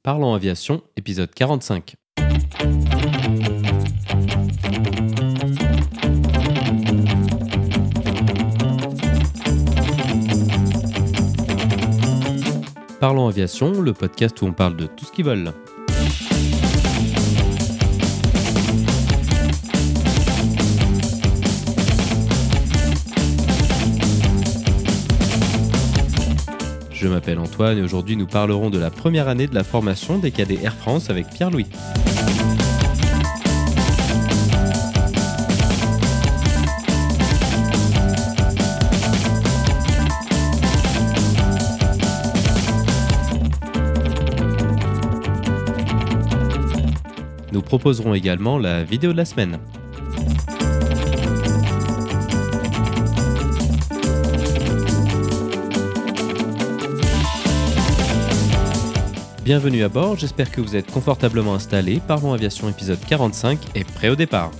Parlons Aviation, épisode 45. Parlons Aviation, le podcast où on parle de tout ce qui vole. Je m'appelle Antoine et aujourd'hui nous parlerons de la première année de la formation des cadets Air France avec Pierre-Louis. Nous proposerons également la vidéo de la semaine. Bienvenue à bord, j'espère que vous êtes confortablement installés. Parlons Aviation épisode 45 est prêt au départ.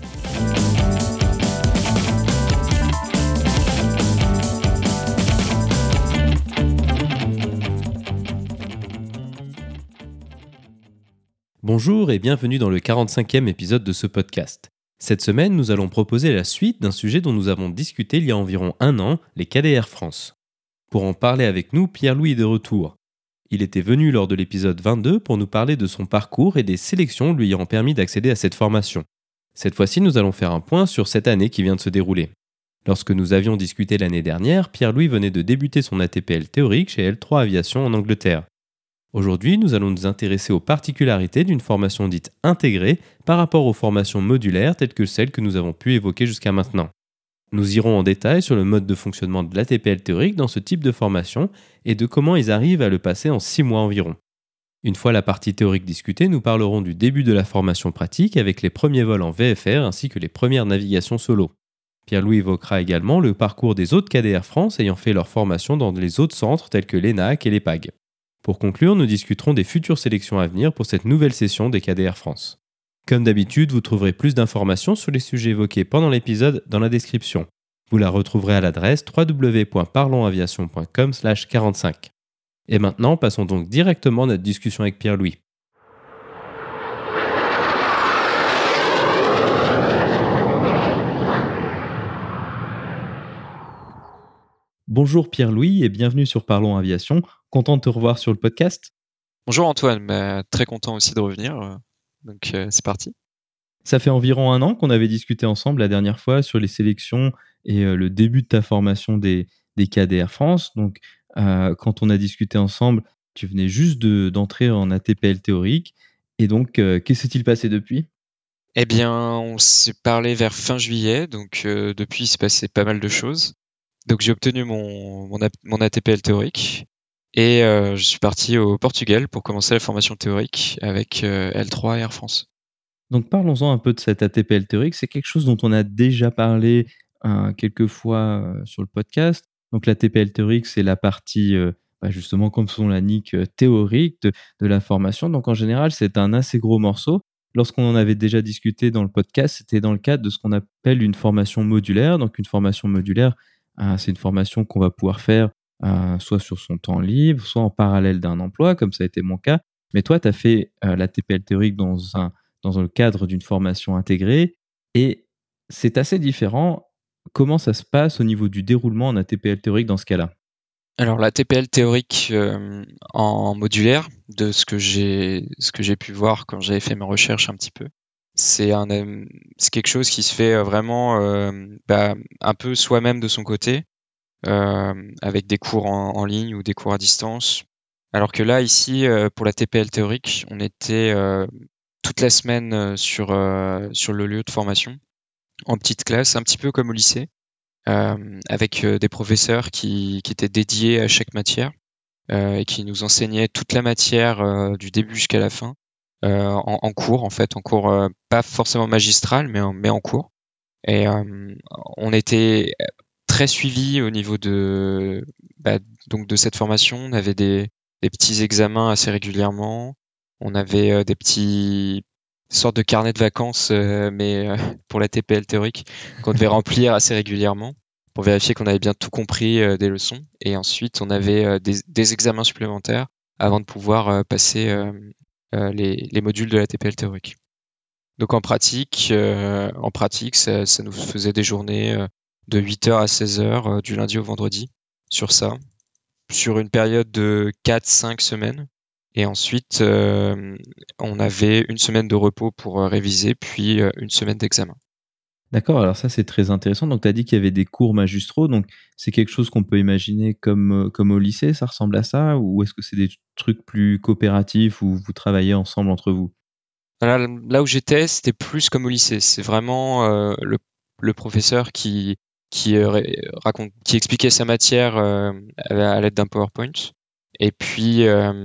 Bonjour et bienvenue dans le 45e épisode de ce podcast. Cette semaine, nous allons proposer la suite d'un sujet dont nous avons discuté il y a environ un an, les cadets Air France. Pour en parler avec nous, Pierre-Louis est de retour. Il était venu lors de l'épisode 22 pour nous parler de son parcours et des sélections lui ayant permis d'accéder à cette formation. Cette fois-ci, nous allons faire un point sur cette année qui vient de se dérouler. Lorsque nous avions discuté l'année dernière, Pierre-Louis venait de débuter son ATPL théorique chez L3 Aviation en Angleterre. Aujourd'hui, nous allons nous intéresser aux particularités d'une formation dite intégrée par rapport aux formations modulaires telles que celles que nous avons pu évoquer jusqu'à maintenant. Nous irons en détail sur le mode de fonctionnement de l'ATPL théorique dans ce type de formation et de comment ils arrivent à le passer en 6 mois environ. Une fois la partie théorique discutée, nous parlerons du début de la formation pratique avec les premiers vols en VFR ainsi que les premières navigations solo. Pierre-Louis évoquera également le parcours des autres cadets Air France ayant fait leur formation dans les autres centres tels que l'ENAC et l'EPAG. Pour conclure, nous discuterons des futures sélections à venir pour cette nouvelle session des cadets Air France. Comme d'habitude, vous trouverez plus d'informations sur les sujets évoqués pendant l'épisode dans la description. Vous la retrouverez à l'adresse www.parlonsaviation.com/45. Et maintenant, passons donc directement à notre discussion avec Pierre-Louis. Bonjour Pierre-Louis et bienvenue sur Parlons Aviation. Content de te revoir sur le podcast. Bonjour Antoine, très content aussi de revenir, donc c'est parti. Ça fait environ un an qu'on avait discuté ensemble la dernière fois sur les sélections et le début de ta formation des cadets Air France. Donc quand on a discuté ensemble, tu venais juste d'entrer en ATPL théorique. Et donc, qu'est-ce qui s'est-il passé depuis ? Eh bien, on s'est parlé vers fin juillet, donc depuis il s'est passé pas mal de choses. Donc j'ai obtenu mon ATPL théorique et je suis parti au Portugal pour commencer la formation théorique avec L3 Air France. Donc parlons-en un peu de cet ATPL théorique. C'est quelque chose dont on a déjà parlé quelques fois sur le podcast. Donc l'ATPL théorique, c'est la partie, justement comme son l'indique, théorique de la formation. Donc en général, c'est un assez gros morceau. Lorsqu'on en avait déjà discuté dans le podcast, c'était dans le cadre de ce qu'on appelle une formation modulaire. Donc une formation modulaire, c'est une formation qu'on va pouvoir faire soit sur son temps libre, soit en parallèle d'un emploi, comme ça a été mon cas. Mais toi, tu as fait l'ATPL théorique dans le cadre d'une formation intégrée et c'est assez différent. Comment ça se passe au niveau du déroulement en ATPL théorique dans ce cas-là ? Alors l'ATPL théorique en modulaire, de ce que j'ai pu voir quand j'avais fait mes recherches un petit peu, c'est quelque chose qui se fait vraiment un peu soi-même de son côté, avec des cours en ligne ou des cours à distance. Alors que là, ici, pour la TPL théorique, on était toute la semaine sur le lieu de formation, en petite classe, un petit peu comme au lycée, avec des professeurs qui étaient dédiés à chaque matière et qui nous enseignaient toute la matière du début jusqu'à la fin, en cours, pas forcément magistral, mais en cours. Et on était très suivis au niveau donc de cette formation. On avait des petits examens assez régulièrement. On avait des petits sortes de carnets de vacances, mais pour la TPL théorique, qu'on devait remplir assez régulièrement pour vérifier qu'on avait bien tout compris des leçons. Et ensuite, on avait des examens supplémentaires avant de pouvoir passer les modules de la TPL théorique. Donc en pratique, ça nous faisait des journées de 8h à 16h du lundi au vendredi sur ça, sur une période de 4-5 semaines. Et ensuite, on avait une semaine de repos pour réviser, puis une semaine d'examen. D'accord, alors ça c'est très intéressant. Donc tu as dit qu'il y avait des cours magistraux, donc c'est quelque chose qu'on peut imaginer comme au lycée, ça ressemble à ça? Ou est-ce que c'est des trucs plus coopératifs où vous travaillez ensemble entre vous? Là où j'étais, c'était plus comme au lycée. C'est vraiment le professeur qui qui expliquait sa matière à l'aide d'un PowerPoint. Et puis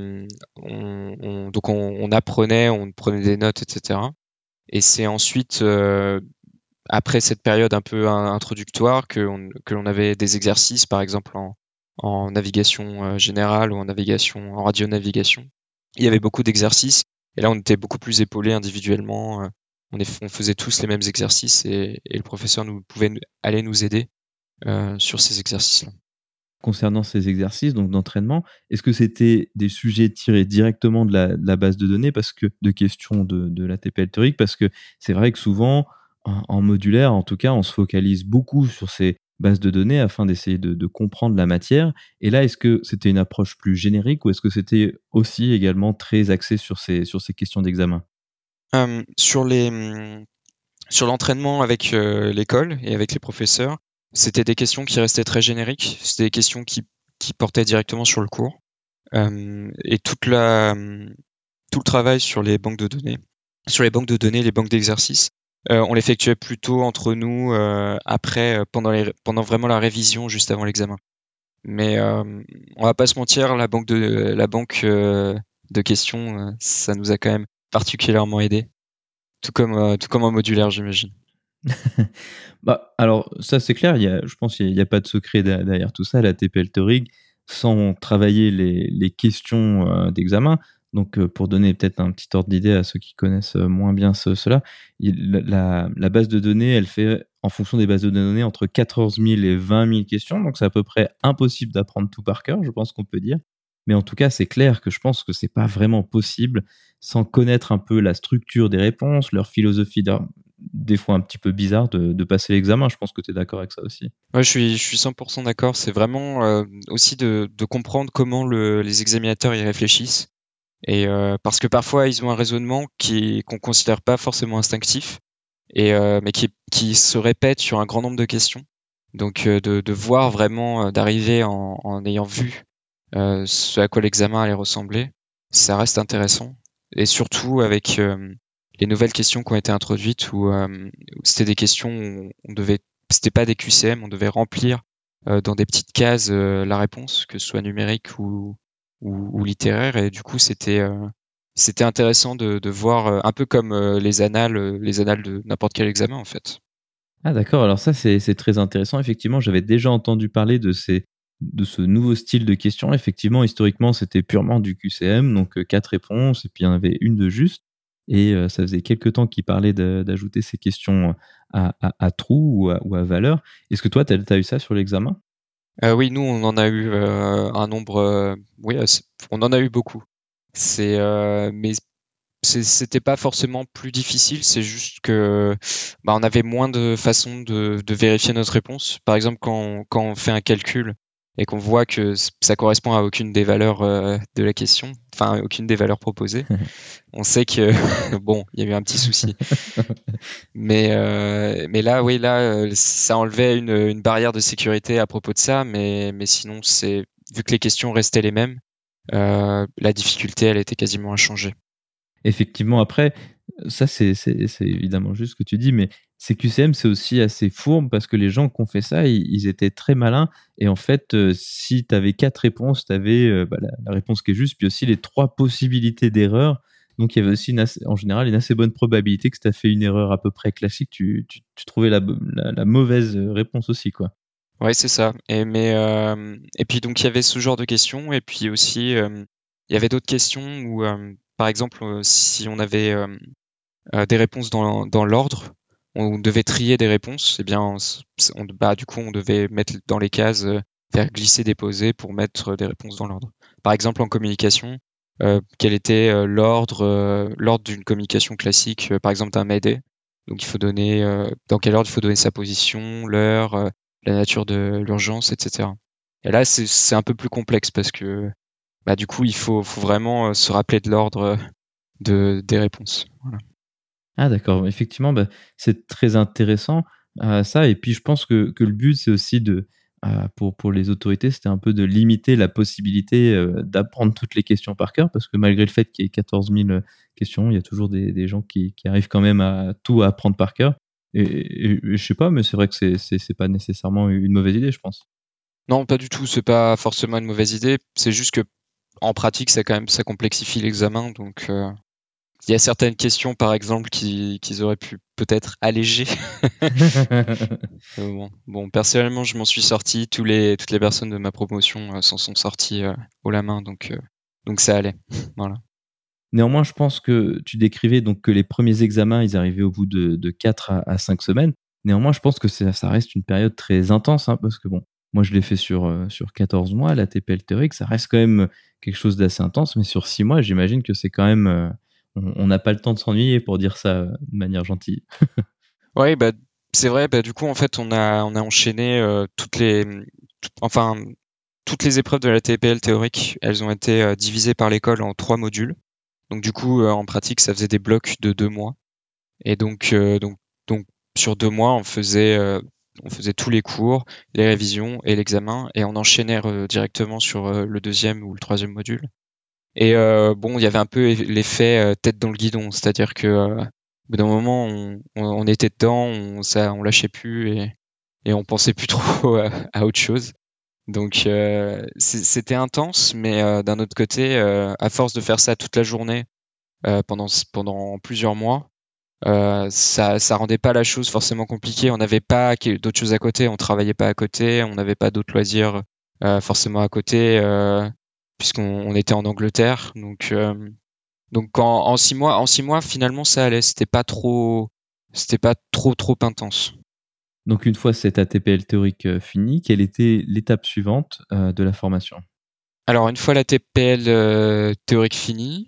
on apprenait, on prenait des notes, etc. Et c'est ensuite après cette période un peu introductoire que l'on avait des exercices, par exemple en navigation générale ou en navigation en radionavigation. Il y avait beaucoup d'exercices et là on était beaucoup plus épaulés individuellement. On faisait tous les mêmes exercices et le professeur pouvait aller nous aider sur ces exercices-là. Concernant ces exercices donc d'entraînement, est-ce que c'était des sujets tirés directement de la base de données parce que de questions de la TPL théorique? Parce que c'est vrai que souvent, en modulaire, en tout cas, on se focalise beaucoup sur ces bases de données afin d'essayer de comprendre la matière. Et là, est-ce que c'était une approche plus générique ou est-ce que c'était aussi également très axé sur ces questions d'examen? Sur sur l'entraînement avec l'école et avec les professeurs, c'était des questions qui restaient très génériques. C'était des questions qui portaient directement sur le cours. Et tout le travail sur les banques de données, les banques d'exercices, on l'effectuait plutôt entre nous après, pendant vraiment la révision, juste avant l'examen. Mais on va pas se mentir, la banque de questions, ça nous a quand même particulièrement aidé, tout comme en modulaire, j'imagine. Bah, alors ça c'est clair, je pense qu'il y a pas de secret derrière tout ça. La TPL théorique, sans travailler les questions, d'examen, donc pour donner peut-être un petit ordre d'idée à ceux qui connaissent, moins bien cela, la base de données, elle fait en fonction des bases de données entre 14 000 et 20 000 questions, donc c'est à peu près impossible d'apprendre tout par cœur, je pense qu'on peut dire. Mais en tout cas, c'est clair que je pense que c'est pas vraiment possible sans connaître un peu la structure des réponses, leur philosophie des fois un petit peu bizarre de passer l'examen. Je pense que tu es d'accord avec ça aussi? Ouais, je suis 100% d'accord. C'est vraiment aussi de comprendre comment les examinateurs y réfléchissent. Et parce que parfois ils ont un raisonnement qu'on considère pas forcément instinctif, et mais qui se répète sur un grand nombre de questions. Donc de voir vraiment, d'arriver en ayant vu ce à quoi l'examen allait ressembler, ça reste intéressant. Et surtout avec les nouvelles questions qui ont été introduites où c'était des questions où c'était pas des QCM, on devait remplir dans des petites cases la réponse, que ce soit numérique ou littéraire. Et du coup, c'était intéressant de voir un peu comme les annales de n'importe quel examen en fait. Ah d'accord, alors ça c'est très intéressant. Effectivement, j'avais déjà entendu parler de ce nouveau style de questions. Effectivement, historiquement, c'était purement du QCM, donc 4 réponses et puis il y en avait une de juste et ça faisait quelque temps qu'ils parlaient d'ajouter ces questions à trous ou à valeurs. Est-ce que toi, tu as eu ça sur l'examen? Oui, nous on en a eu un nombre, oui, on en a eu beaucoup. Mais c'était pas forcément plus difficile, c'est juste que on avait moins de façons de vérifier notre réponse. Par exemple, quand on fait un calcul et qu'on voit que ça correspond à aucune des valeurs de la question, enfin aucune des valeurs proposées, on sait que bon, il y a eu un petit souci. Mais là, oui, là, ça enlevait une barrière de sécurité à propos de ça, mais sinon, vu que les questions restaient les mêmes, la difficulté, elle était quasiment inchangée. Effectivement, après, ça c'est évidemment juste ce que tu dis, mais CQCM, c'est aussi assez fourbe parce que les gens qui ont fait ça, ils étaient très malins et en fait, si tu avais 4 réponses, tu avais, la réponse qui est juste, puis aussi les 3 possibilités d'erreur. Donc il y avait aussi en général, une assez bonne probabilité que si tu as fait une erreur à peu près classique, tu trouvais la mauvaise, réponse aussi, quoi. Ouais, c'est ça. Et puis donc il y avait ce genre de questions, et puis aussi il y avait d'autres questions où, par exemple, si on avait des réponses dans l'ordre, on devait trier des réponses. Eh bien, du coup, on devait mettre dans les cases, faire glisser, déposer pour mettre des réponses dans l'ordre. Par exemple, en communication, quel était l'ordre d'une communication classique, par exemple d'un Mayday. Donc il faut donner dans quel ordre il faut donner sa position, l'heure, la nature de l'urgence, etc. Et là c'est un peu plus complexe parce que du coup il faut vraiment se rappeler de l'ordre des réponses. Voilà. Ah d'accord, effectivement, c'est très intéressant, ça et puis je pense que le but, c'est aussi pour les autorités, c'était un peu de limiter la possibilité, d'apprendre toutes les questions par cœur parce que malgré le fait qu'il y ait 14 000 questions, il y a toujours des gens qui arrivent quand même à tout apprendre par cœur et je sais pas, mais c'est vrai que c'est pas nécessairement une mauvaise idée, je pense. Non, pas du tout, c'est pas forcément une mauvaise idée, c'est juste que en pratique ça complexifie l'examen, donc il y a certaines questions, par exemple, qu'ils auraient pu peut-être alléger. Bon, personnellement, je m'en suis sorti. Toutes les personnes de ma promotion s'en sont sorties haut la main, donc ça allait. Voilà. Néanmoins, je pense que tu décrivais donc que les premiers examens, ils arrivaient au bout de 4 à 5 semaines. Néanmoins, je pense que ça reste une période très intense, hein, parce que bon, moi je l'ai fait sur 14 mois, la TPL théorique, ça reste quand même quelque chose d'assez intense, mais sur 6 mois, j'imagine que c'est quand même, on n'a pas le temps de s'ennuyer pour dire ça, de manière gentille. Ouais, c'est vrai. Du coup, en fait, on a enchaîné enfin toutes les épreuves de la TPL théorique. Elles ont été divisées par l'école en 3 modules. Donc du coup, en pratique, ça faisait des blocs de 2 mois. Et donc sur 2 mois, on faisait tous les cours, les révisions et l'examen, et on enchaînait directement sur le deuxième ou le troisième module. Et bon, il y avait un peu l'effet tête dans le guidon, c'est-à-dire que au bout d'un moment, on était dedans, on lâchait plus et on pensait plus trop à autre chose. Donc c'était intense, mais d'un autre côté, à force de faire ça toute la journée pendant plusieurs mois, ça rendait pas la chose forcément compliquée. On n'avait pas d'autres choses à côté, on travaillait pas à côté, on n'avait pas d'autres loisirs forcément à côté, puisqu'on était en Angleterre. Donc en 6 mois finalement ça allait. C'était pas trop intense. Donc une fois cette ATPL théorique, finie, quelle était l'étape suivante, de la formation? Alors une fois la TPL théorique finie,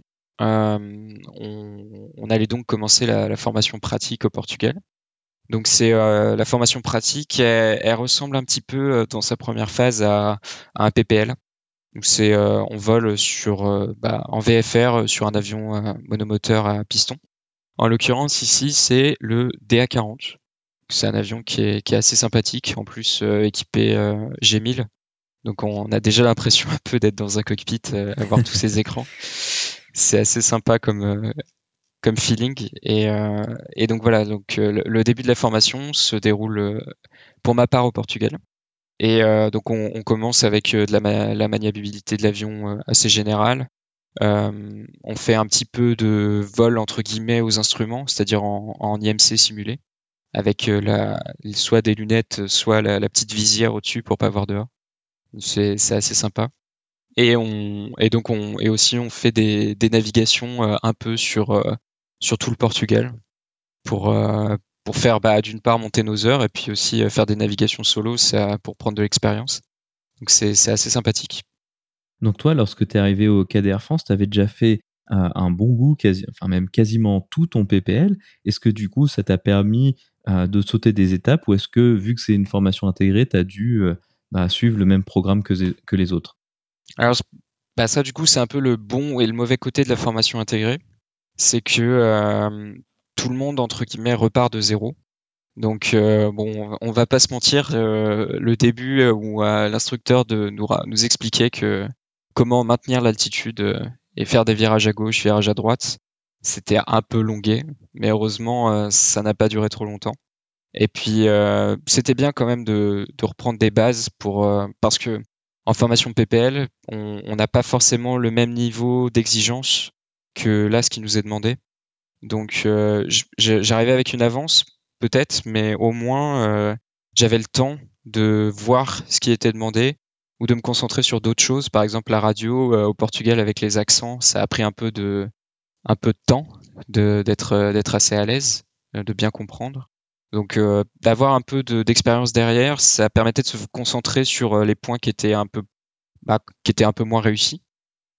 on allait donc commencer la formation pratique au Portugal. Donc c'est la formation pratique, elle ressemble un petit peu dans sa première phase à un PPL. Donc c'est on vole en VFR sur un avion monomoteur à piston. En l'occurrence ici c'est le DA40. C'est un avion qui est assez sympathique, en plus équipé G1000. Donc on a déjà l'impression un peu d'être dans un cockpit, à voir tous ces écrans. C'est assez sympa comme feeling. Et donc voilà, donc le début de la formation se déroule pour ma part au Portugal. Et donc on commence avec la maniabilité de l'avion assez générale. On fait un petit peu de vol entre guillemets aux instruments, c'est-à-dire en IMC simulé, avec soit des lunettes, soit la petite visière au-dessus pour pas voir dehors. C'est assez sympa. Et aussi on fait des navigations un peu sur tout le Portugal pour pour faire d'une part monter nos heures et puis aussi faire des navigations solo, ça pour prendre de l'expérience. Donc c'est assez sympathique. Donc toi, lorsque tu es arrivé au KDR France, tu avais déjà fait, un bon bout, enfin même quasiment tout ton PPL. Est-ce que du coup, ça t'a permis, de sauter des étapes ou est-ce que, vu que c'est une formation intégrée, tu as dû, suivre le même programme que les autres? Alors ça du coup c'est un peu le bon et le mauvais côté de la formation intégrée, c'est que tout le monde entre guillemets repart de zéro. Donc bon, on va pas se mentir, le début où l'instructeur nous expliquait que comment maintenir l'altitude et faire des virages à gauche, virages à droite, c'était un peu longué, mais heureusement ça n'a pas duré trop longtemps. Et puis c'était bien quand même de reprendre des bases parce que en formation PPL, on n'a pas forcément le même niveau d'exigence que là ce qui nous est demandé. Donc j'arrivais avec une avance peut-être, mais au moins j'avais le temps de voir ce qui était demandé ou de me concentrer sur d'autres choses. Par exemple, la radio au Portugal avec les accents, ça a pris un peu de temps d'être assez à l'aise, de bien comprendre. Donc d'avoir un peu d'expérience derrière, ça permettait de se concentrer sur les points qui étaient un peu moins réussis.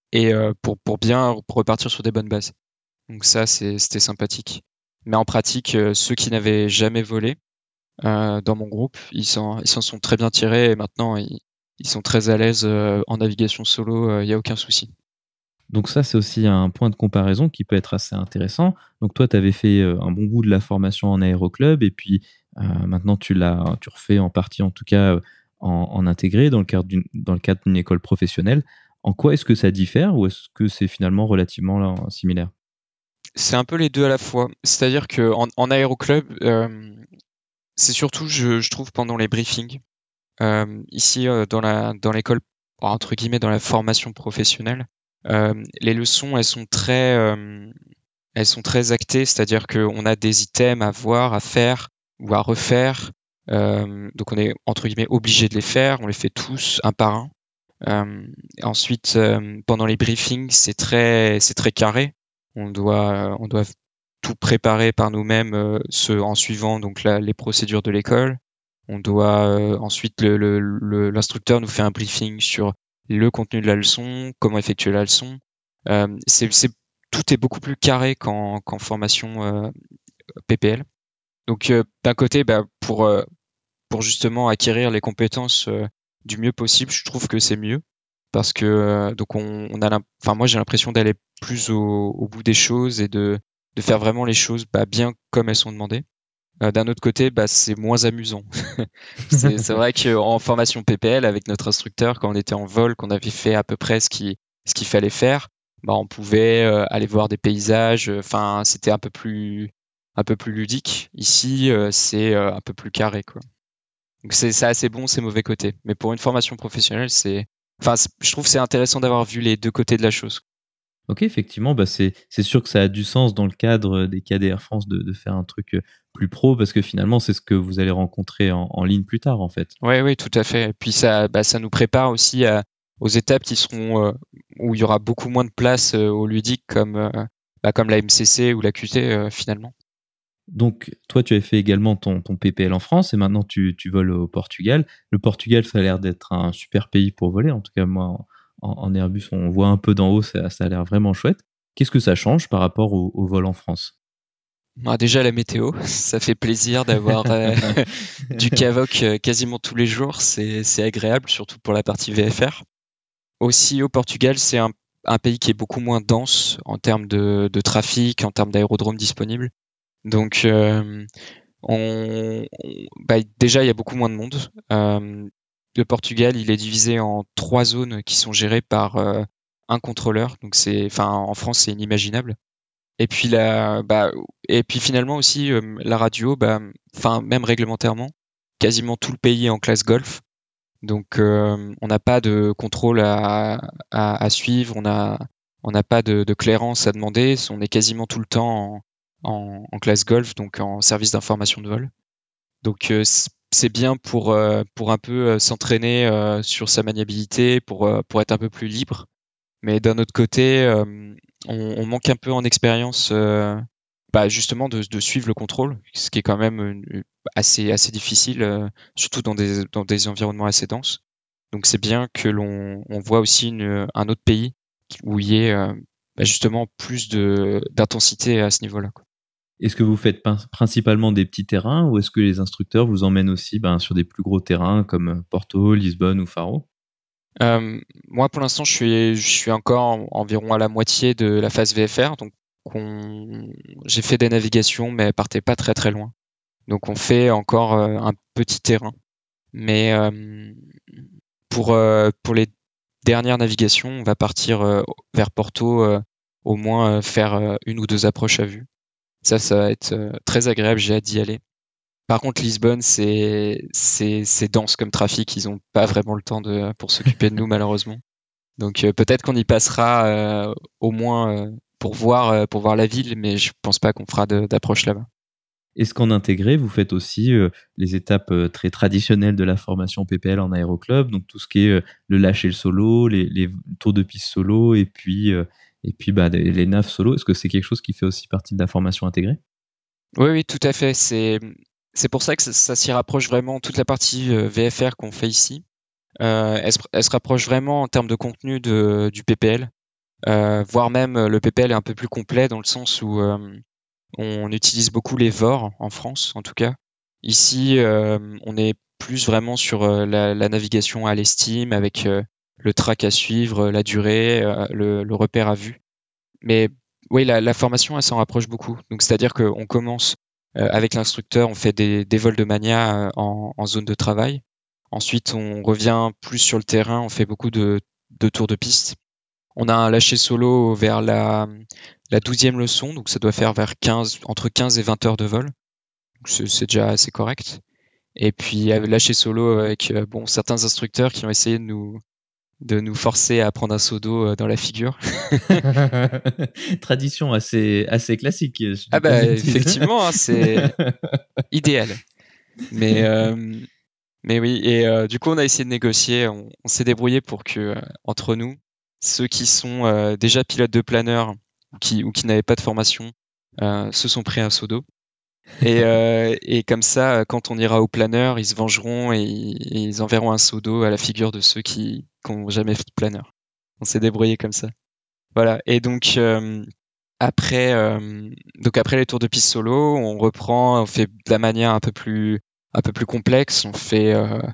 et pour bien repartir sur des bonnes bases. Donc ça, c'était sympathique. Mais en pratique, ceux qui n'avaient jamais volé dans mon groupe, ils s'en sont très bien tirés et maintenant ils sont très à l'aise en navigation solo, il y a aucun souci. Donc ça, c'est aussi un point de comparaison qui peut être assez intéressant. Donc toi, tu avais fait un bon bout de la formation en aéroclub et puis maintenant tu refais en partie, en tout cas, en intégré dans le cadre d'une école professionnelle. En quoi est-ce que ça diffère ou est-ce que c'est finalement relativement là, similaire? C'est un peu les deux à la fois. C'est-à-dire que en aéroclub, c'est surtout, je trouve, pendant les briefings. Ici, dans l'école, entre guillemets, dans la formation professionnelle, les leçons, elles sont très actées, c'est-à-dire qu'on a des items à voir, à faire ou à refaire. Donc on est entre guillemets obligé de les faire, on les fait tous un par un. Ensuite, pendant les briefings, c'est très carré. On doit tout préparer par nous-mêmes, en suivant donc les procédures de l'école. On doit ensuite l'instructeur nous fait un briefing sur le contenu de la leçon, comment effectuer la leçon. Tout est beaucoup plus carré qu'en formation PPL. Donc d'un côté, pour justement acquérir les compétences du mieux possible, je trouve que c'est mieux parce que donc moi j'ai l'impression d'aller plus au bout des choses et de faire vraiment les choses bien comme elles sont demandées. D'un autre côté, c'est moins amusant. C'est vrai qu'en formation PPL avec notre instructeur, quand on était en vol, qu'on avait fait à peu près ce qu'il fallait faire, on pouvait aller voir des paysages. Enfin, c'était un peu plus ludique. Ici, c'est un peu plus carré, quoi. Donc c'est assez bon, c'est mauvais côté. Mais pour une formation professionnelle, je trouve que c'est intéressant d'avoir vu les deux côtés de la chose. Ok, effectivement, c'est sûr que ça a du sens dans le cadre des KDR France de faire un truc plus pro parce que finalement, c'est ce que vous allez rencontrer en ligne plus tard, en fait. Oui, tout à fait. Et puis ça nous prépare aussi aux étapes qui seront où il y aura beaucoup moins de place au ludique comme la MCC ou la QT finalement. Donc, toi, tu avais fait également ton PPL en France et maintenant tu voles au Portugal. Le Portugal, ça a l'air d'être un super pays pour voler. En tout cas, moi, en Airbus, on voit un peu d'en haut, ça a l'air vraiment chouette. Qu'est-ce que ça change par rapport au vol en France? Déjà la météo, ça fait plaisir d'avoir du CAVOC quasiment tous les jours, c'est agréable, surtout pour la partie VFR. Aussi au Portugal, c'est un pays qui est beaucoup moins dense en termes de trafic, en termes d'aérodromes disponibles. Donc déjà il y a beaucoup moins de monde. Le Portugal, il est divisé en 3 zones qui sont gérées par un contrôleur. Donc en France, c'est inimaginable. Et puis finalement aussi la radio, même réglementairement, quasiment tout le pays est en classe Golf. Donc on n'a pas de contrôle à suivre, on n'a pas de clairance à demander, on est quasiment tout le temps en classe Golf, donc en service d'information de vol. Donc c'est bien pour un peu s'entraîner sur sa maniabilité, pour être un peu plus libre. Mais d'un autre côté, on manque un peu en expérience justement de suivre le contrôle, ce qui est quand même assez difficile, surtout dans des environnements assez denses. Donc c'est bien que l'on voit aussi un autre pays où il y ait justement plus d'intensité à ce niveau-là, quoi. Est-ce que vous faites principalement des petits terrains ou est-ce que les instructeurs vous emmènent aussi sur des plus gros terrains comme Porto, Lisbonne ou Faro? Moi, pour l'instant, je suis encore environ à la moitié de la phase VFR, donc j'ai fait des navigations, mais partez pas très très loin. Donc on fait encore un petit terrain, mais pour les dernières navigations, on va partir vers Porto, au moins faire une ou deux approches à vue. Ça va être très agréable, j'ai hâte d'y aller. Par contre, Lisbonne, c'est dense comme trafic, ils ont pas vraiment le temps pour s'occuper de nous malheureusement. Donc peut-être qu'on y passera au moins pour voir la ville, mais je pense pas qu'on fera d'approche là-bas. Est-ce qu'en intégré, vous faites aussi les étapes très traditionnelles de la formation PPL en aéroclub, donc tout ce qui est le lâcher le solo, les tours de piste solo et puis les naves solo. Est-ce que c'est quelque chose qui fait aussi partie de la formation intégrée? Oui, tout à fait. C'est pour ça que ça s'y rapproche vraiment. Toute la partie VFR qu'on fait ici, elle se rapproche vraiment en termes de contenu du PPL. voire même le PPL est un peu plus complet dans le sens où on utilise beaucoup les VOR en France, en tout cas. Ici, on est plus vraiment sur la navigation à l'estime avec le track à suivre, la durée, le repère à vue. Mais oui, la formation, elle s'en rapproche beaucoup. Donc, c'est-à-dire qu'on commence avec l'instructeur, on fait des vols de mania en zone de travail. Ensuite, on revient plus sur le terrain, on fait beaucoup de tours de piste. On a un lâcher solo vers la 12e leçon, donc ça doit faire entre 15 et 20 heures de vol. Donc c'est déjà assez correct. Et puis lâcher solo avec certains instructeurs qui ont essayé de nous forcer à prendre un seau d'eau dans la figure. Tradition assez classique. Si je dis Ah pas de bah bêtises. effectivement, hein, c'est idéal. Mais oui, et du coup on a essayé de négocier, on s'est débrouillé pour que entre nous, ceux qui sont déjà pilotes de planeur ou qui n'avaient pas de formation se sont pris un seau d'eau. Et comme ça, quand on ira au planeur, ils se vengeront et ils enverront un seau d'eau à la figure de ceux qui n'ont jamais fait de planeur. On s'est débrouillé comme ça. Voilà. Et donc après les tours de piste solo, on reprend, on fait de la manière un peu plus complexe. On fait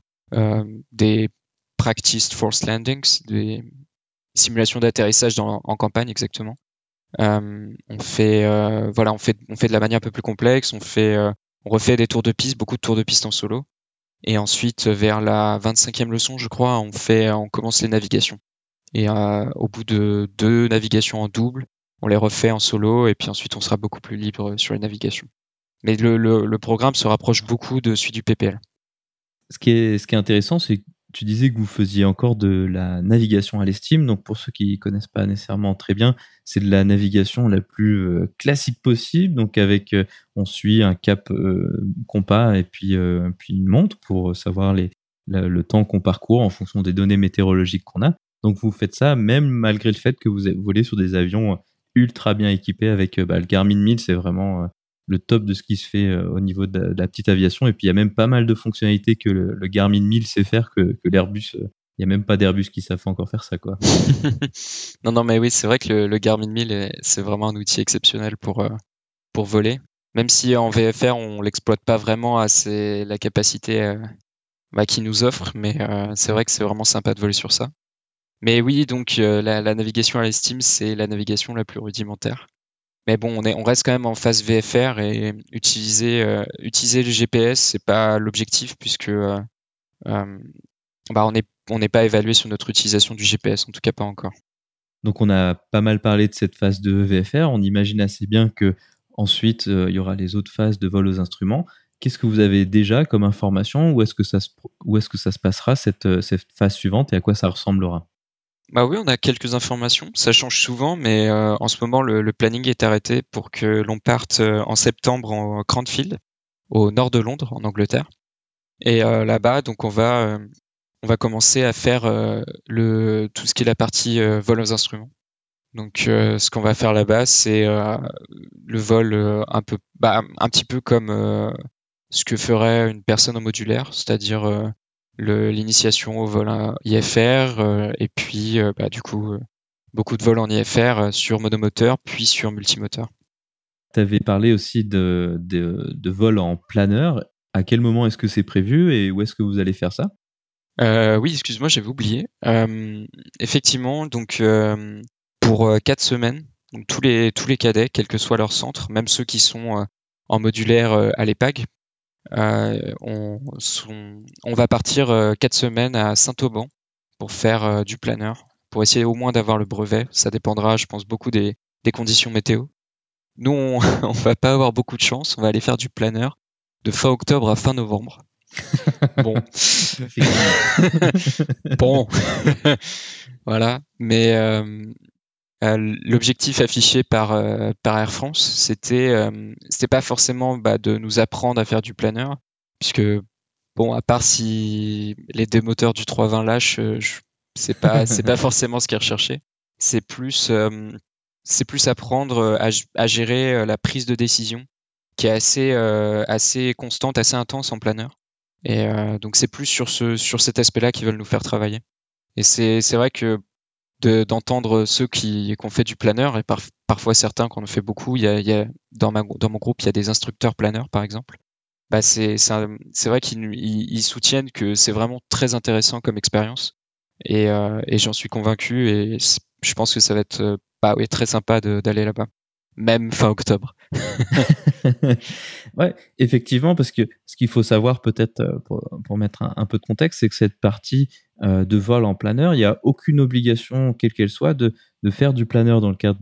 des practiced forced landings, des simulations d'atterrissage en campagne exactement. On fait de la manière un peu plus complexe. On refait des tours de piste, beaucoup de tours de piste en solo. Et ensuite, vers la 25e leçon, je crois, on commence les navigations. Et au bout de 2 navigations en double, on les refait en solo. Et puis ensuite, on sera beaucoup plus libre sur les navigations. Mais le programme se rapproche beaucoup de celui du PPL. Ce qui est intéressant, c'est que tu disais que vous faisiez encore de la navigation à l'estime. Donc, pour ceux qui ne connaissent pas nécessairement très bien, c'est de la navigation la plus classique possible. Donc, on suit un cap compas et puis une montre pour savoir le temps qu'on parcourt en fonction des données météorologiques qu'on a. Donc, vous faites ça même malgré le fait que vous volez sur des avions ultra bien équipés avec le Garmin 1000. C'est vraiment le top de ce qui se fait au niveau de la petite aviation. Et puis, il y a même pas mal de fonctionnalités que le Garmin 1000 sait faire que l'Airbus. Il n'y a même pas d'Airbus qui savent encore faire ça, quoi. Non, mais oui, c'est vrai que le Garmin 1000, c'est vraiment un outil exceptionnel pour voler. Même si en VFR, on l'exploite pas vraiment à la capacité qu'il nous offre, mais c'est vrai que c'est vraiment sympa de voler sur ça. Mais oui, donc la navigation à l'estime, c'est la navigation la plus rudimentaire. Mais bon, on reste quand même en phase VFR et utiliser le GPS, c'est pas l'objectif puisque on n'est pas évalué sur notre utilisation du GPS, en tout cas pas encore. Donc, on a pas mal parlé de cette phase de VFR. On imagine assez bien que ensuite il y aura les autres phases de vol aux instruments. Qu'est-ce que vous avez déjà comme information? Où est-ce que ça se passera cette phase suivante et à quoi ça ressemblera? Bah oui, on a quelques informations. Ça change souvent, mais en ce moment, le planning est arrêté pour que l'on parte en septembre en Cranfield, au nord de Londres, en Angleterre. Et là-bas, donc on va commencer à faire tout ce qui est la partie vol aux instruments. Donc ce qu'on va faire là-bas, c'est le vol un petit peu comme ce que ferait une personne en modulaire, c'est-à-dire l'initiation au vol IFR et puis du coup beaucoup de vols en IFR sur monomoteur puis sur multimoteur. Tu avais parlé aussi de vol en planeur. À quel moment est-ce que c'est prévu et où est-ce que vous allez faire ça? Oui, excuse-moi, j'avais oublié. Effectivement, donc pour 4 semaines, donc tous les cadets, quel que soit leur centre, même ceux qui sont en modulaire à l'EPAG, on va partir 4 semaines à Saint-Auban pour faire du planeur, pour essayer au moins d'avoir le brevet. Ça dépendra, je pense, beaucoup des conditions météo. Nous, on va pas avoir beaucoup de chance. On va aller faire du planeur de fin octobre à fin novembre. Bon. Bon. Voilà. Mais l'objectif affiché par Air France, c'était pas forcément de nous apprendre à faire du planeur, puisque à part si les deux moteurs du 320 lâchent, c'est pas forcément ce qui est recherché. C'est plus apprendre à gérer la prise de décision, qui est assez constante, assez intense en planeur. Et donc c'est plus sur cet aspect-là qu'ils veulent nous faire travailler. Et c'est vrai que d'entendre ceux qui ont fait du planeur et parfois certains qui en ont fait beaucoup. Il y a dans mon groupe, il y a des instructeurs planeurs, par exemple. Bah c'est vrai qu'ils soutiennent que c'est vraiment très intéressant comme expérience et j'en suis convaincu et je pense que ça va être très sympa d'aller là-bas, même fin octobre. Ouais, effectivement, parce que ce qu'il faut savoir peut-être pour mettre un peu de contexte, c'est que cette partie de vol en planeur, il n'y a aucune obligation, quelle qu'elle soit, de faire du planeur dans le cadre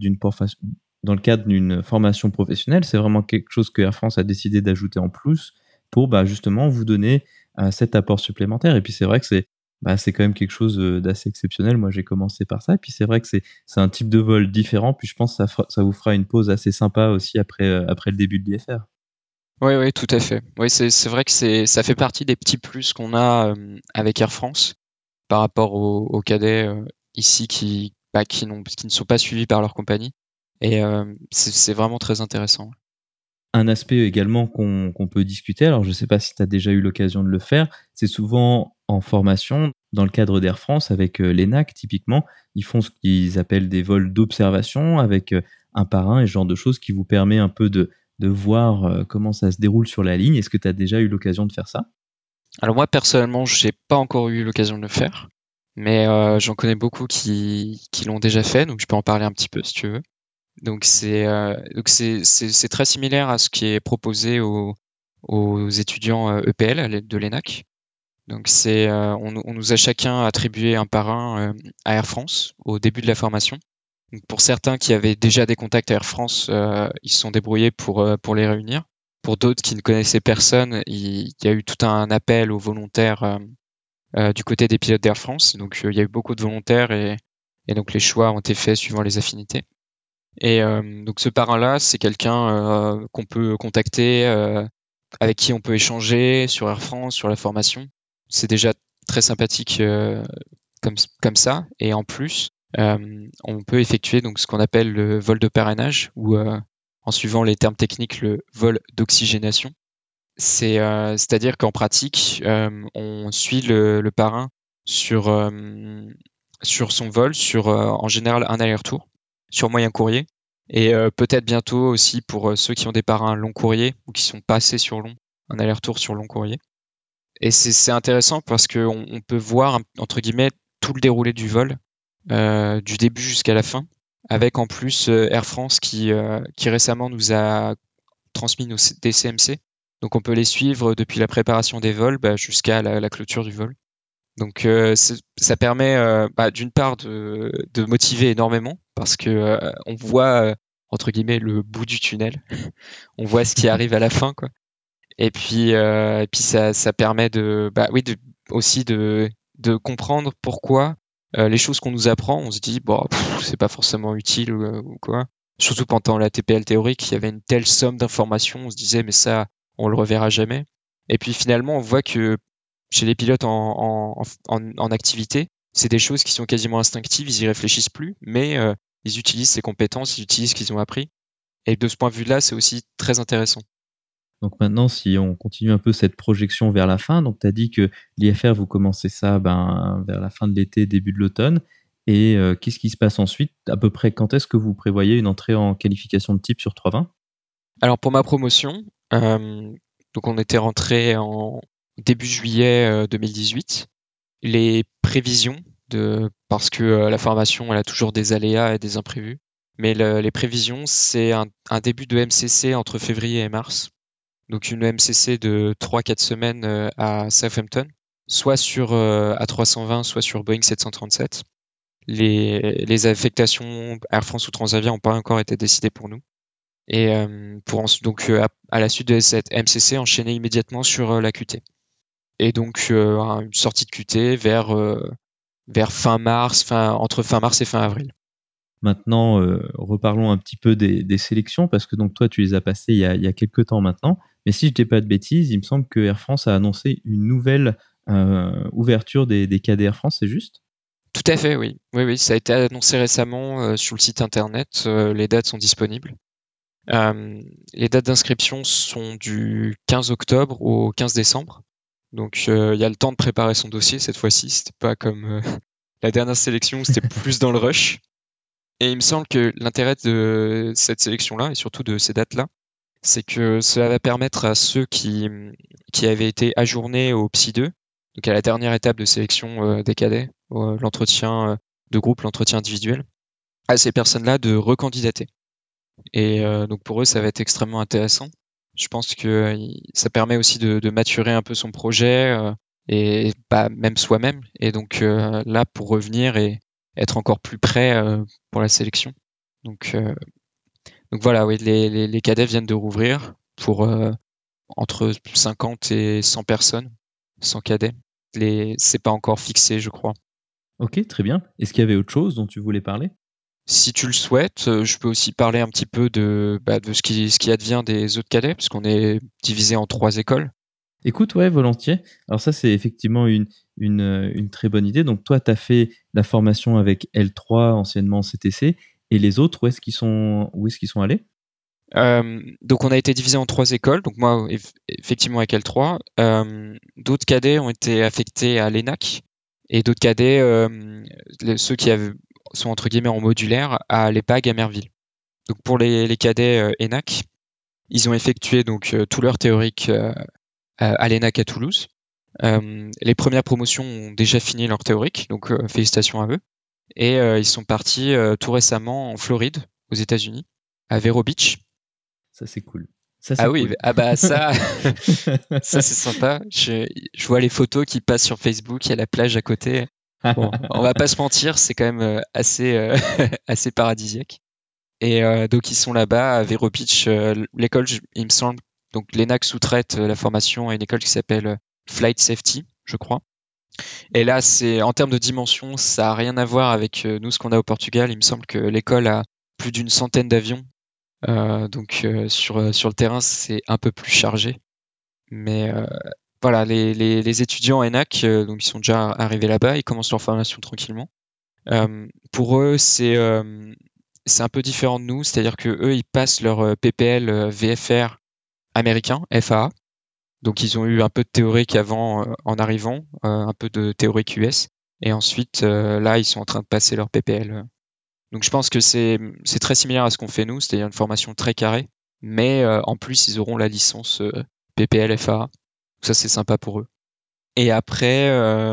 d'une formation professionnelle. C'est vraiment quelque chose que Air France a décidé d'ajouter en plus pour justement vous donner cet apport supplémentaire. Et puis c'est vrai que c'est quand même quelque chose d'assez exceptionnel. Moi, j'ai commencé par ça. Et puis c'est vrai que c'est un type de vol différent. Puis je pense que ça vous fera une pause assez sympa aussi après le début de l'IFR. Oui, tout à fait. Oui, c'est vrai que ça fait partie des petits plus qu'on a avec Air France par rapport aux cadets ici qui ne sont pas suivis par leur compagnie. Et c'est vraiment très intéressant. Un aspect également qu'on peut discuter, alors je ne sais pas si tu as déjà eu l'occasion de le faire, c'est souvent en formation, dans le cadre d'Air France, avec l'ENAC typiquement, ils font ce qu'ils appellent des vols d'observation avec un parrain et ce genre de choses qui vous permet un peu de voir comment ça se déroule sur la ligne. Est-ce que tu as déjà eu l'occasion de faire ça ? Alors moi personnellement, j'ai pas encore eu l'occasion de le faire, mais j'en connais beaucoup qui l'ont déjà fait, donc je peux en parler un petit peu si tu veux. Donc c'est très similaire à ce qui est proposé aux étudiants EPL de l'ENAC. Donc on nous a chacun attribué un parrain à Air France au début de la formation. Donc pour certains qui avaient déjà des contacts à Air France, ils se sont débrouillés pour les réunir. Pour d'autres qui ne connaissaient personne, il y a eu tout un appel aux volontaires du côté des pilotes d'Air France. Donc il y a eu beaucoup de volontaires et donc les choix ont été faits suivant les affinités. Et donc ce parrain-là, c'est quelqu'un qu'on peut contacter, avec qui on peut échanger sur Air France, sur la formation. C'est déjà très sympathique comme ça. Et en plus, on peut effectuer donc ce qu'on appelle le vol de parrainage ou en suivant les termes techniques, le vol d'oxygénation. C'est-à-dire qu'en pratique, on suit le parrain sur son vol, sur en général un aller-retour, sur moyen courrier, et peut-être bientôt aussi pour ceux qui ont des parrains long courrier ou qui sont passés sur long, un aller-retour sur long courrier. Et c'est intéressant parce que on peut voir entre guillemets tout le déroulé du vol, du début jusqu'à la fin, avec en plus Air France qui récemment nous a transmis des CMC. Donc on peut les suivre depuis la préparation des vols jusqu'à la clôture du vol. Donc ça permet d'une part de motiver énormément parce que on voit entre guillemets le bout du tunnel. On voit ce qui arrive à la fin, quoi. Et puis ça permet aussi de comprendre pourquoi les choses qu'on nous apprend, on se dit c'est pas forcément utile ou quoi. Surtout pendant la TPL théorique, il y avait une telle somme d'informations, on se disait mais ça on le reverra jamais. Et puis finalement on voit que chez les pilotes en activité, c'est des choses qui sont quasiment instinctives, ils y réfléchissent plus, mais ils utilisent ces compétences, ils utilisent ce qu'ils ont appris. Et de ce point de vue-là, c'est aussi très intéressant. Donc maintenant, si on continue un peu cette projection vers la fin, donc tu as dit que l'IFR, vous commencez ça vers la fin de l'été, début de l'automne. Et qu'est-ce qui se passe ensuite ? À peu près quand est-ce que vous prévoyez une entrée en qualification de type sur 320 ? Alors pour ma promotion, donc on était rentré en début juillet 2018. Les prévisions, parce que la formation elle a toujours des aléas et des imprévus, mais les prévisions c'est un début de MCC entre février et mars. Donc une MCC de 3-4 semaines à Southampton, soit sur A320, soit sur Boeing 737. Les affectations Air France ou Transavia n'ont pas encore été décidées pour nous. Et à la suite de cette MCC, enchaîner immédiatement sur la QT. Et donc une sortie de QT vers fin mars, entre fin mars et fin avril. Maintenant, reparlons un petit peu des sélections, parce que donc toi, tu les as passées il y a quelques temps maintenant. Mais si je ne dis pas de bêtises, il me semble que Air France a annoncé une nouvelle ouverture des cadets Air France, c'est juste ? Tout à fait, oui. Oui, ça a été annoncé récemment sur le site internet. Les dates sont disponibles. Les dates d'inscription sont du 15 octobre au 15 décembre. Donc il y a le temps de préparer son dossier cette fois-ci. C'était pas comme la dernière sélection, c'était plus dans le rush. Et il me semble que l'intérêt de cette sélection-là, et surtout de ces dates-là, c'est que cela va permettre à ceux qui avaient été ajournés au Psy 2, donc à la dernière étape de sélection des cadets, l'entretien de groupe, l'entretien individuel, à ces personnes-là de recandidater. Et donc pour eux, ça va être extrêmement intéressant. Je pense que ça permet aussi de maturer un peu son projet et même soi-même. Et donc là, pour revenir et être encore plus prêt pour la sélection. Donc voilà, oui, les cadets viennent de rouvrir pour entre 50 et 100 personnes, 100 cadets. C'est pas encore fixé, je crois. Ok, très bien. Est-ce qu'il y avait autre chose dont tu voulais parler? Si tu le souhaites, je peux aussi parler un petit peu de ce qui advient des autres cadets, puisqu'on est divisé en 3 écoles. Écoute, ouais, volontiers. Alors ça, c'est effectivement une très bonne idée. Donc toi, tu as fait la formation avec L3, anciennement CTC, et les autres, où est-ce qu'ils sont allés? Donc on a été divisé en 3 écoles. Donc moi, effectivement avec L3, d'autres cadets ont été affectés à l'ENAC, et d'autres cadets, ceux qui sont entre guillemets en modulaire, à l'EPAG à Merville. Donc pour les cadets ENAC, ils ont effectué donc tout leur théorique à l'ENAC à Toulouse. Les premières promotions ont déjà fini leur théorique, donc félicitations à eux. Et ils sont partis tout récemment en Floride, aux États-Unis, à Vero Beach. Ça, c'est cool. Ça, c'est Ah oui, cool. ah bah ça, ça c'est sympa. Je vois les photos qui passent sur Facebook, il y a la plage à côté. Bon, on va pas se mentir, c'est quand même assez assez paradisiaque. Et donc ils sont là-bas à Vero Beach. L'école, il me semble, donc l'ENAC sous-traite la formation à une école qui s'appelle Flight Safety, je crois. Et là, c'est en termes de dimension, ça a rien à voir avec nous ce qu'on a au Portugal. Il me semble que l'école a plus d'une centaine d'avions. Donc sur le terrain, c'est un peu plus chargé. Mais voilà, les étudiants en ENAC, donc ils sont déjà arrivés là-bas, ils commencent leur formation tranquillement. Pour eux, c'est un peu différent de nous, c'est-à-dire que eux, ils passent leur PPL VFR américain, FAA. Donc ils ont eu un peu de théorique avant en arrivant, un peu de théorique US, et ensuite là, ils sont en train de passer leur PPL. Donc je pense que c'est très similaire à ce qu'on fait nous, c'est-à-dire une formation très carrée, mais en plus ils auront la licence PPL FAA. Ça c'est sympa pour eux. Et après,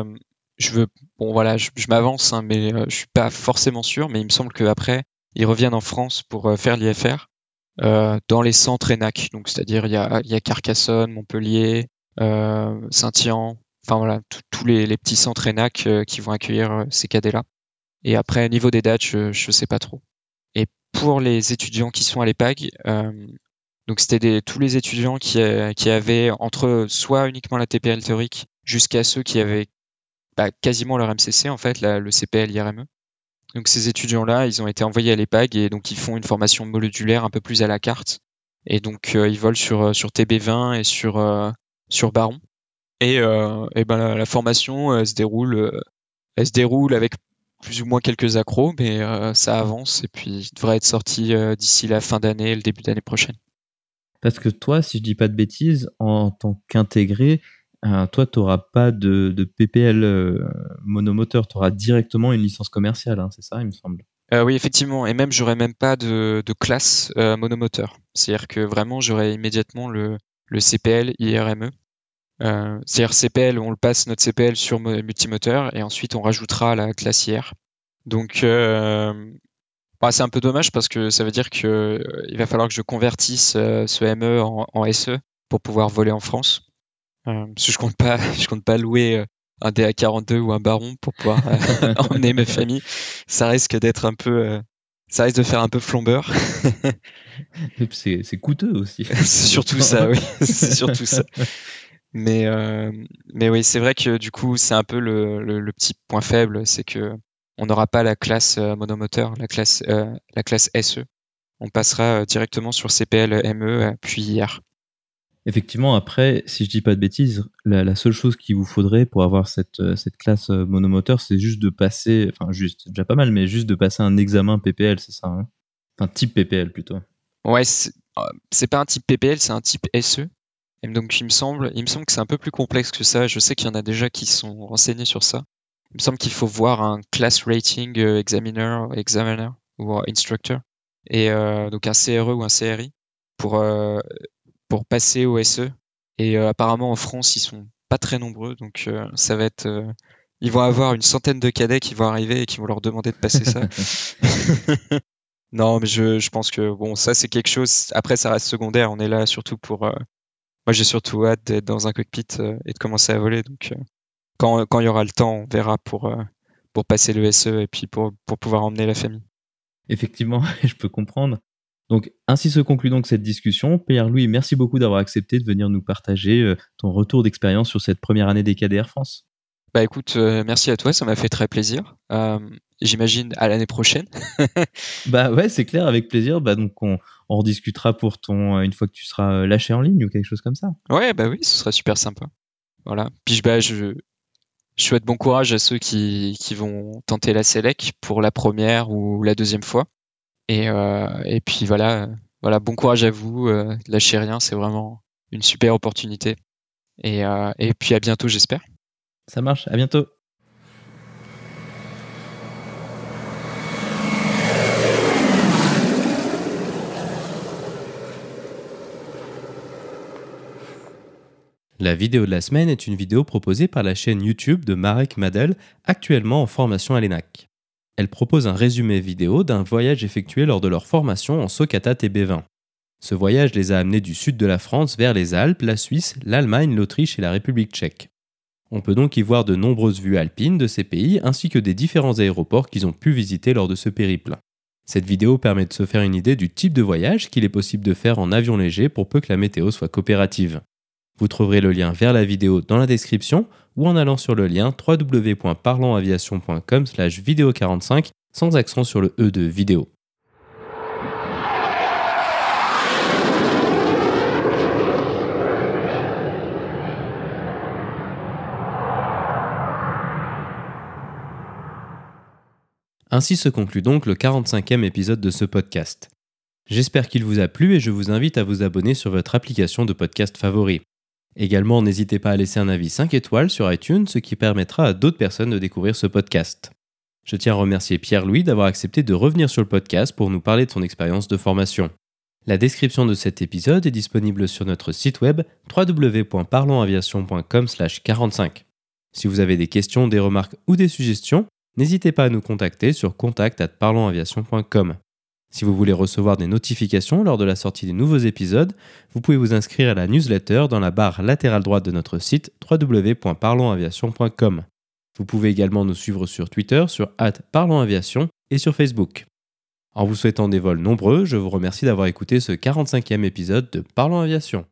bon voilà, je m'avance, hein, mais je suis pas forcément sûr, mais il me semble qu'après ils reviennent en France pour faire l'IFR dans les centres ENAC. Donc c'est-à-dire il y a Carcassonne, Montpellier, Saint-Yan, enfin voilà, tous les petits centres ENAC qui vont accueillir ces cadets-là. Et après, niveau des dates, je sais pas trop. Et pour les étudiants qui sont à l'EPAG, donc c'était tous les étudiants qui avaient entre soit uniquement la TPL théorique jusqu'à ceux qui avaient quasiment leur MCC en fait, le CPL IRME. Donc ces étudiants-là, ils ont été envoyés à l'EPAG et donc ils font une formation modulaire un peu plus à la carte. Et donc ils volent sur TB20 et sur Baron. Et ben la formation elle se déroule avec plus ou moins quelques accros, mais ça avance et puis il devrait être sorti d'ici la fin d'année, le début d'année prochaine. Parce que toi, si je dis pas de bêtises, en tant qu'intégré, toi, tu n'auras pas de PPL monomoteur, tu auras directement une licence commerciale, hein, c'est ça, il me semble. Oui, effectivement, et même j'aurais même pas de classe monomoteur. C'est-à-dire que vraiment j'aurais immédiatement le CPL IRME. C'est-à-dire CPL, on le passe notre CPL sur multimoteur et ensuite on rajoutera la classe IR. Donc c'est un peu dommage parce que ça veut dire que il va falloir que je convertisse ce ME en SE pour pouvoir voler en France. Parce que je compte pas louer un DA42 ou un Baron pour pouvoir emmener ma famille. Ça risque d'être un peu, ça risque de faire un peu flambeur. C'est coûteux aussi. C'est surtout ça, oui. C'est surtout ça. Mais oui, c'est vrai que du coup, c'est un peu le petit point faible, c'est que on n'aura pas la classe monomoteur, la classe SE. On passera directement sur CPL ME puis IR. Effectivement, après, si je dis pas de bêtises, la seule chose qu'il vous faudrait pour avoir cette classe monomoteur, c'est juste de passer, enfin juste, c'est déjà pas mal, mais juste de passer un examen PPL, c'est ça, hein? Enfin, type PPL plutôt. Ouais, c'est pas un type PPL, c'est un type SE. Et donc il me semble que c'est un peu plus complexe que ça. Je sais qu'il y en a déjà qui sont renseignés sur ça. Il me semble qu'il faut voir un class rating examiner ou instructor, et donc un CRE ou un CRI pour passer au SE. Et apparemment en France ils sont pas très nombreux, donc ça va être ils vont avoir une centaine de cadets qui vont arriver et qui vont leur demander de passer ça. Non, mais je pense que bon, ça c'est quelque chose. Après, ça reste secondaire. On est là surtout pour. Moi, j'ai surtout hâte d'être dans un cockpit et de commencer à voler. Donc, quand il y aura le temps, on verra pour passer le SE et puis pour pouvoir emmener la famille. Effectivement, je peux comprendre. Donc, ainsi se conclut donc cette discussion. Pierre-Louis, merci beaucoup d'avoir accepté de venir nous partager ton retour d'expérience sur cette première année des KDR France. Bah écoute, merci à toi, ça m'a fait très plaisir. J'imagine à l'année prochaine. Bah ouais, c'est clair, avec plaisir. Bah donc on rediscutera pour une fois que tu seras lâché en ligne ou quelque chose comme ça. Ouais, bah oui, ce serait super sympa. Voilà. Puis je souhaite bon courage à ceux qui vont tenter la Selec pour la première ou la deuxième fois. Et puis voilà, bon courage à vous. Lâchez rien, c'est vraiment une super opportunité. Et puis à bientôt, j'espère. Ça marche, à bientôt. La vidéo de la semaine est une vidéo proposée par la chaîne YouTube de Marek Madel, actuellement en formation à l'ENAC. Elle propose un résumé vidéo d'un voyage effectué lors de leur formation en Socata TB20. Ce voyage les a amenés du sud de la France vers les Alpes, la Suisse, l'Allemagne, l'Autriche et la République tchèque. On peut donc y voir de nombreuses vues alpines de ces pays ainsi que des différents aéroports qu'ils ont pu visiter lors de ce périple. Cette vidéo permet de se faire une idée du type de voyage qu'il est possible de faire en avion léger pour peu que la météo soit coopérative. Vous trouverez le lien vers la vidéo dans la description ou en allant sur le lien www.parlonsaviation.com/vidéo45 sans accent sur le E de vidéo. Ainsi se conclut donc le 45e épisode de ce podcast. J'espère qu'il vous a plu et je vous invite à vous abonner sur votre application de podcast favori. Également, n'hésitez pas à laisser un avis 5 étoiles sur iTunes, ce qui permettra à d'autres personnes de découvrir ce podcast. Je tiens à remercier Pierre-Louis d'avoir accepté de revenir sur le podcast pour nous parler de son expérience de formation. La description de cet épisode est disponible sur notre site web www.parlonsaviation.com/45. Si vous avez des questions, des remarques ou des suggestions, n'hésitez pas à nous contacter sur contact@parlonsaviation.com. Si vous voulez recevoir des notifications lors de la sortie des nouveaux épisodes, vous pouvez vous inscrire à la newsletter dans la barre latérale droite de notre site www.parlonsaviation.com. Vous pouvez également nous suivre sur Twitter sur @parlonsaviation et sur Facebook. En vous souhaitant des vols nombreux, je vous remercie d'avoir écouté ce 45e épisode de Parlons Aviation.